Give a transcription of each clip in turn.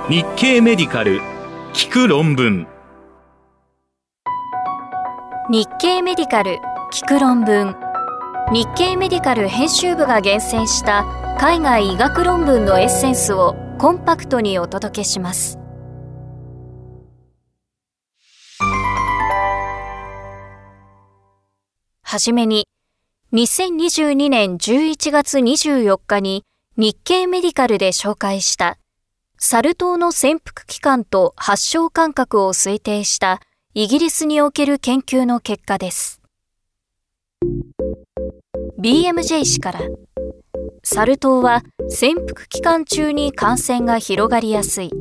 日経メディカル聞く論文。 日経メディカル聞く論文。日経メディカル編集部が厳選した海外医学論文のエッセンスをコンパクトにお届けします。はじめに、2022年11月24日に日経メディカルで紹介したサル痘の潜伏期間と発症間隔を推定したイギリスにおける研究の結果です。BMJ 氏から、サル痘は潜伏期間中に感染が広がりやすい。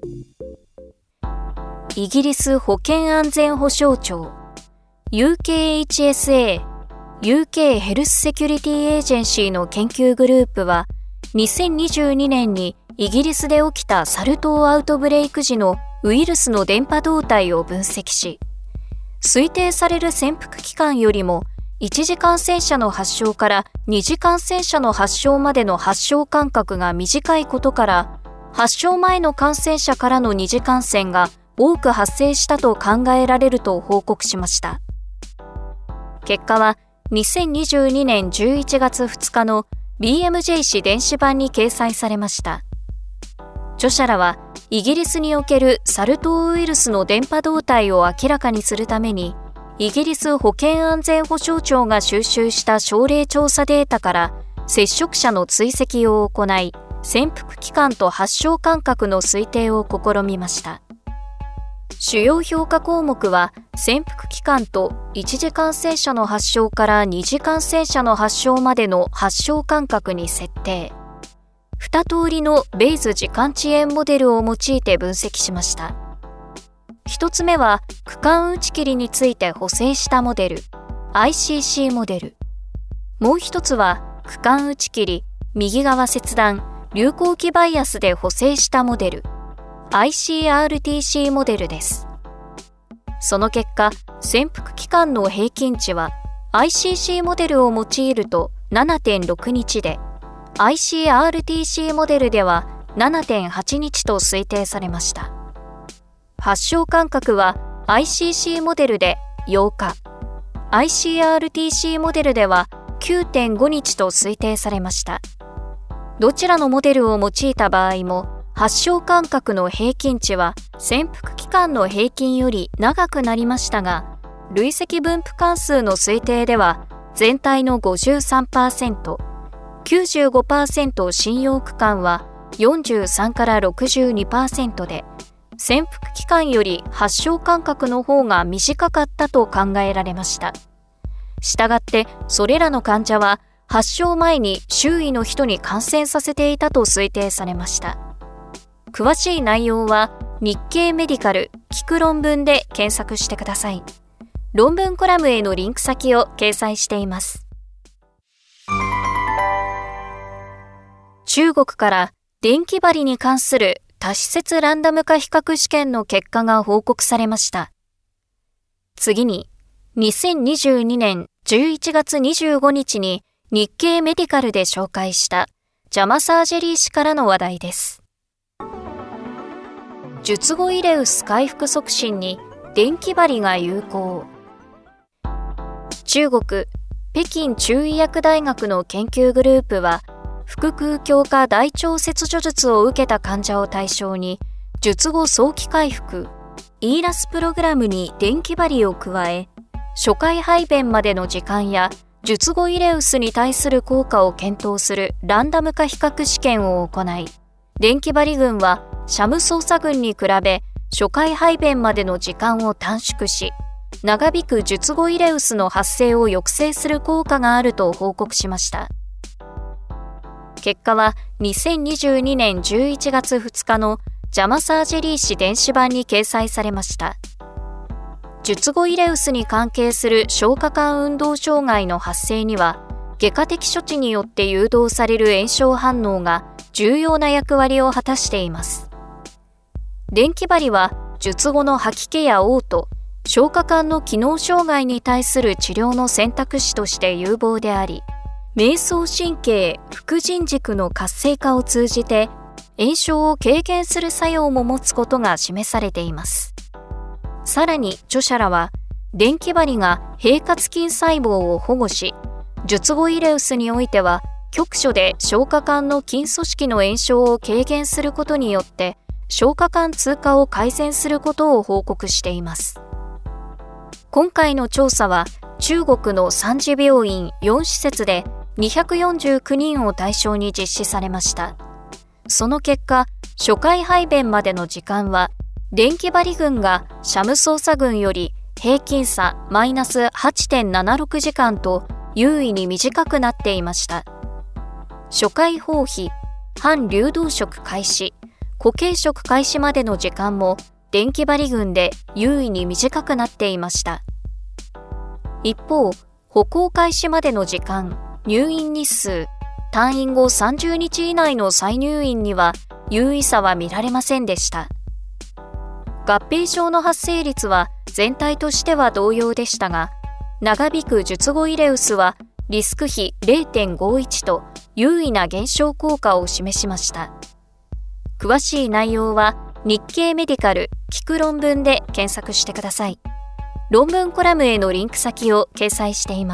イギリス保健安全保障庁 UKHSA UK ヘルスセキュリティエージェンシーの研究グループは2022年にイギリスで起きたサル痘アウトブレイク時のウイルスの電波動態を分析し、推定される潜伏期間よりも1次感染者の発症から2次感染者の発症までの発症間隔が短いことから、発症前の感染者からの二次感染が多く発生したと考えられると報告しました。結果は2022年11月2日の BMJ 誌電子版に掲載されました。著者らはイギリスにおけるサル痘ウイルスの電波動態を明らかにするために、イギリス保健安全保障庁が収集した症例調査データから接触者の追跡を行い、潜伏期間と発症間隔の推定を試みました。主要評価項目は潜伏期間と一次感染者の発症から二次感染者の発症までの発症間隔に設定。2通りのベイズ時間遅延モデルを用いて分析しました。1つ目は区間打ち切りについて補正したモデル ICC モデル。もう一つは区間打ち切り、右側切断、流行期バイアスで補正したモデル ICRTC モデルです。その結果、潜伏期間の平均値は ICC モデルを用いると 7.6 日で、ICRTC モデルでは 7.8 日と推定されました。発症間隔は ICC モデルで8日、ICRTC モデルでは 9.5 日と推定されました。どちらのモデルを用いた場合も、発症間隔の平均値は潜伏期間の平均より長くなりましたが、累積分布関数の推定では全体の 53%、95% 信用区間は43から 62% で、潜伏期間より発症間隔の方が短かったと考えられました。したがって、それらの患者は発症前に周囲の人に感染させていたと推定されました。詳しい内容は日経メディカル聞く論文で検索してください。論文コラムへのリンク先を掲載しています。中国から電気針に関する多施設ランダム化比較試験の結果が報告されました。次に、2022年11月25日に日経メディカルで紹介したジャマサージェリー氏からの話題です。術後イレウス回復促進に電気針が有効。中国、北京中医薬大学の研究グループは、腹腔鏡下大腸切除術を受けた患者を対象に、術後早期回復、イーラスプログラムに電気針を加え、初回排便までの時間や術後イレウスに対する効果を検討するランダム化比較試験を行い、電気針群はシャム操作群に比べ初回排便までの時間を短縮し、長引く術後イレウスの発生を抑制する効果があると報告しました。結果は2022年11月2日のジャマサージェリー誌電子版に掲載されました。術後イレウスに関係する消化管運動障害の発生には、外科的処置によって誘導される炎症反応が重要な役割を果たしています。電気針は術後の吐き気や嘔吐、消化管の機能障害に対する治療の選択肢として有望であり、迷走神経副腎軸の活性化を通じて炎症を軽減する作用も持つことが示されています。さらに著者らは、電気針が平滑筋細胞を保護し、術後イレウスにおいては局所で消化管の筋組織の炎症を軽減することによって消化管通過を改善することを報告しています。今回の調査は中国の3次病院4施設で249人を対象に実施されました。その結果、初回排便までの時間は電気針群がシャム操作群より平均差マイナス 8.76 時間と優位に短くなっていました。初回包皮、半流動食開始、固形食開始までの時間も電気針群で優位に短くなっていました。一方、歩行開始までの時間、入院日数、退院後30日以内の再入院には優位差は見られませんでした。合併症の発生率は全体としては同様でしたが、長引く術後イレウスはリスク比 0.51 と優位な減少効果を示しました。詳しい内容は日経メディカル聞く論文で検索してください。論文コラムへのリンク先を掲載しています。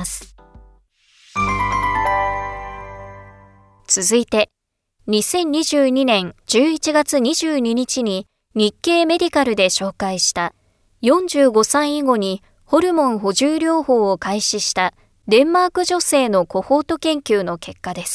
続いて、2022年11月22日に日経メディカルで紹介した45歳以後にホルモン補充療法を開始したデンマーク女性のコホート研究の結果です。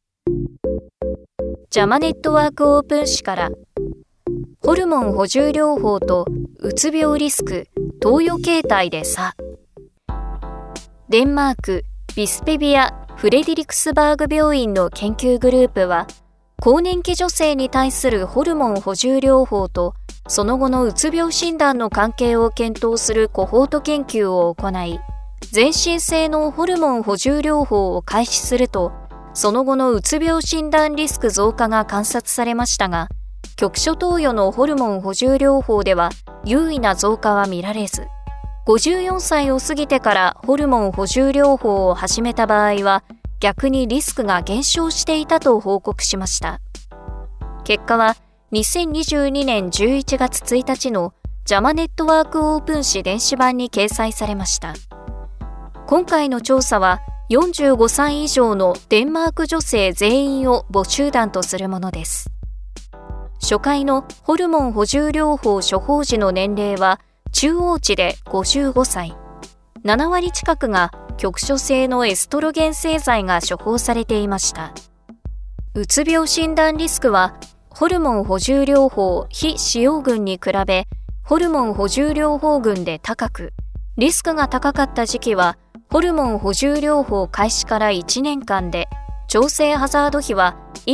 ジャマネットワークオープン誌から、ホルモン補充療法とうつ病リスク、投与形態で差。デンマーク・ビスペビア・フレデリクスバーグ病院の研究グループは、更年期女性に対するホルモン補充療法とその後のうつ病診断の関係を検討するコホート研究を行い、全身性のホルモン補充療法を開始すると、その後のうつ病診断リスク増加が観察されましたが、局所投与のホルモン補充療法では優位な増加は見られず、54歳を過ぎてからホルモン補充療法を始めた場合は、逆にリスクが減少していたと報告しました。結果は2022年11月1日のジャマネットワークオープン誌電子版に掲載されました。今回の調査は45歳以上のデンマーク女性全員を母集団とするものです。初回のホルモン補充療法処方時の年齢は中央値で55歳、7割近くが局所性のエストロゲン製剤が処方されていました。うつ病診断リスクはホルモン補充療法非使用群に比べホルモン補充療法群で高く、リスクが高かった時期はホルモン補充療法開始から1年間で調整ハザード比は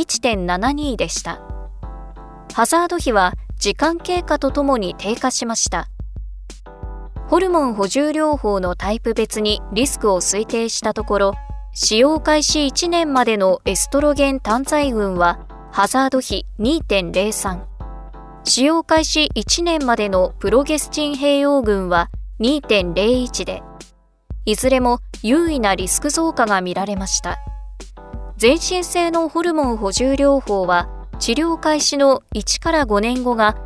1.72 でした。ハザード比は時間経過とともに低下しました。ホルモン補充療法のタイプ別にリスクを推定したところ、使用開始1年までのエストロゲン単剤群はハザード比 2.03、使用開始1年までのプロゲスチン併用群は 2.01 で、いずれも優位なリスク増加が見られました。全身性のホルモン補充療法は治療開始の1から5年後が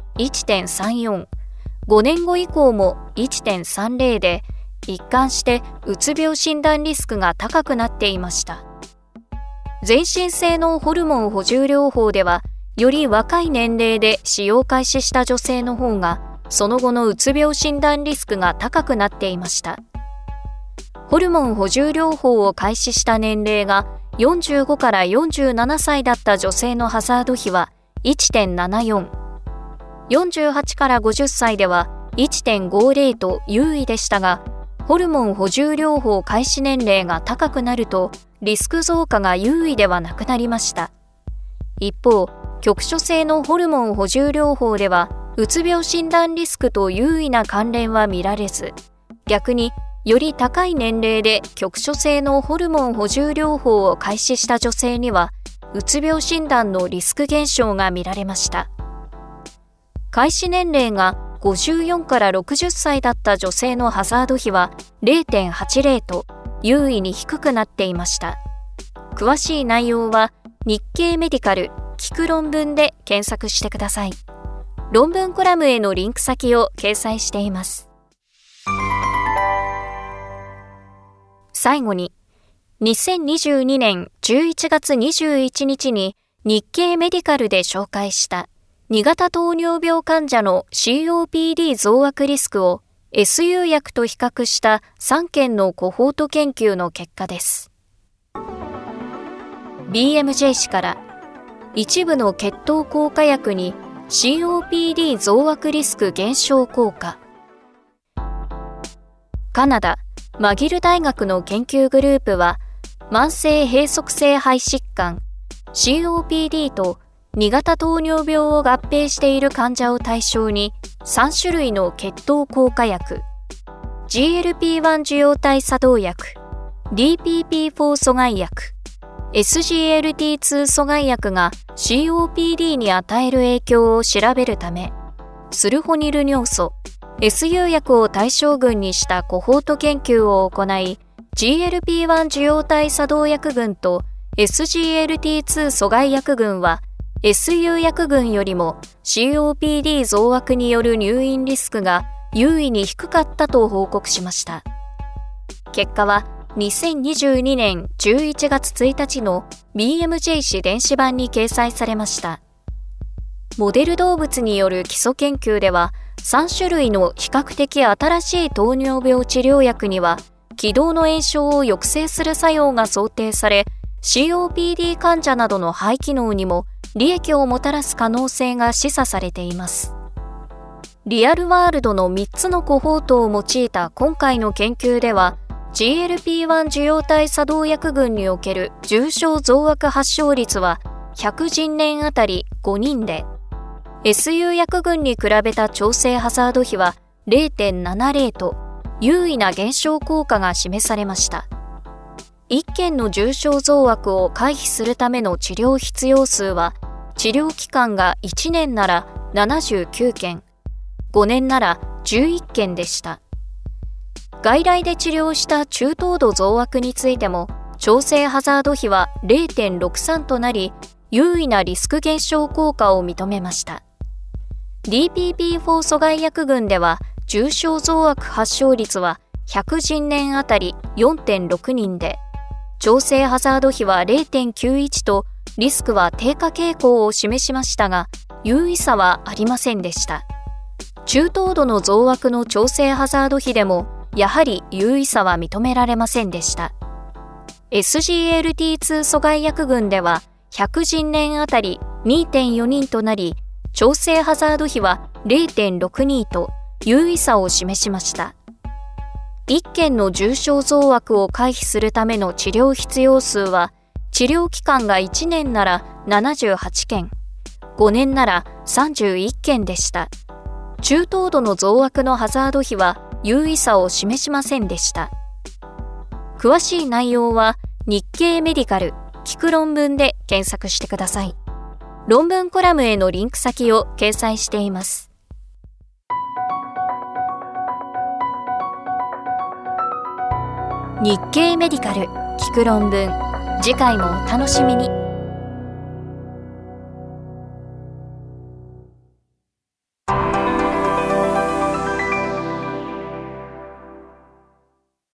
1.34、5年後以降も 1.30 で、一貫してうつ病診断リスクが高くなっていました。全身性のホルモン補充療法では、より若い年齢で使用開始した女性の方が、その後のうつ病診断リスクが高くなっていました。ホルモン補充療法を開始した年齢が45から47歳だった女性のハザード比は 1.74、48から50歳では 1.50 と優位でしたが、ホルモン補充療法開始年齢が高くなるとリスク増加が優位ではなくなりました。一方、局所性のホルモン補充療法ではうつ病診断リスクと優位な関連は見られず、逆により高い年齢で局所性のホルモン補充療法を開始した女性にはうつ病診断のリスク減少が見られました。開始年齢が54から60歳だった女性のハザード比は 0.80 と優位に低くなっていました。詳しい内容は日経メディカル聞く論文で検索してください。論文コラムへのリンク先を掲載しています。最後に、2022年11月21日に日経メディカルで紹介した2型糖尿病患者の COPD 増悪リスクを SU 薬と比較した3件のコホート研究の結果です。BMJ 氏から、一部の血糖効果薬に COPD 増悪リスク減少効果。カナダ、マギル大学の研究グループは、慢性閉塞性肺疾患 COPD と2型糖尿病を合併している患者を対象に3種類の血糖効果薬、GLP-1 受容体作動薬、DPP-4 阻害薬、SGLT2 阻害薬が COPD に与える影響を調べるため、スルホニル尿素、SU 薬を対象群にしたコホート研究を行い、GLP-1 受容体作動薬群と SGLT2 阻害薬群は SU 薬群よりも COPD 増悪による入院リスクが優位に低かったと報告しました。結果は2022年11月1日の BMJ 誌電子版に掲載されました。モデル動物による基礎研究では、3種類の比較的新しい糖尿病治療薬には、気道の炎症を抑制する作用が想定され、COPD 患者などの肺機能にも利益をもたらす可能性が示唆されています。リアルワールドの3つのコホートを用いた今回の研究では、GLP-1 受容体作動薬群における重症増悪発症率は100人年あたり5人で、SU 薬群に比べた調整ハザード比は 0.70 と優位な減少効果が示されました。1件の重症増悪を回避するための治療必要数は、治療期間が1年なら79件、5年なら11件でした。外来で治療した中等度増悪についても、調整ハザード比は 0.63 となり、優位なリスク減少効果を認めました。DPP-4 阻害薬群では、重症増悪発症率は100人年あたり 4.6 人で、調整ハザード比は 0.91 とリスクは低下傾向を示しましたが、優位差はありませんでした。中等度の増悪の調整ハザード比でも、やはり優位差は認められませんでした。SGLT2 阻害薬群では100人年あたり 2.4 人となり、調整ハザード比は 0.62 と優位差を示しました。1件の重症増悪を回避するための治療必要数は、治療期間が1年なら78件、5年なら31件でした。中等度の増悪のハザード比は優位差を示しませんでした。詳しい内容は日経メディカル聞く論文で検索してください。論文コラムへのリンク先を掲載しています。日経メディカル聞く論文、次回もお楽しみに。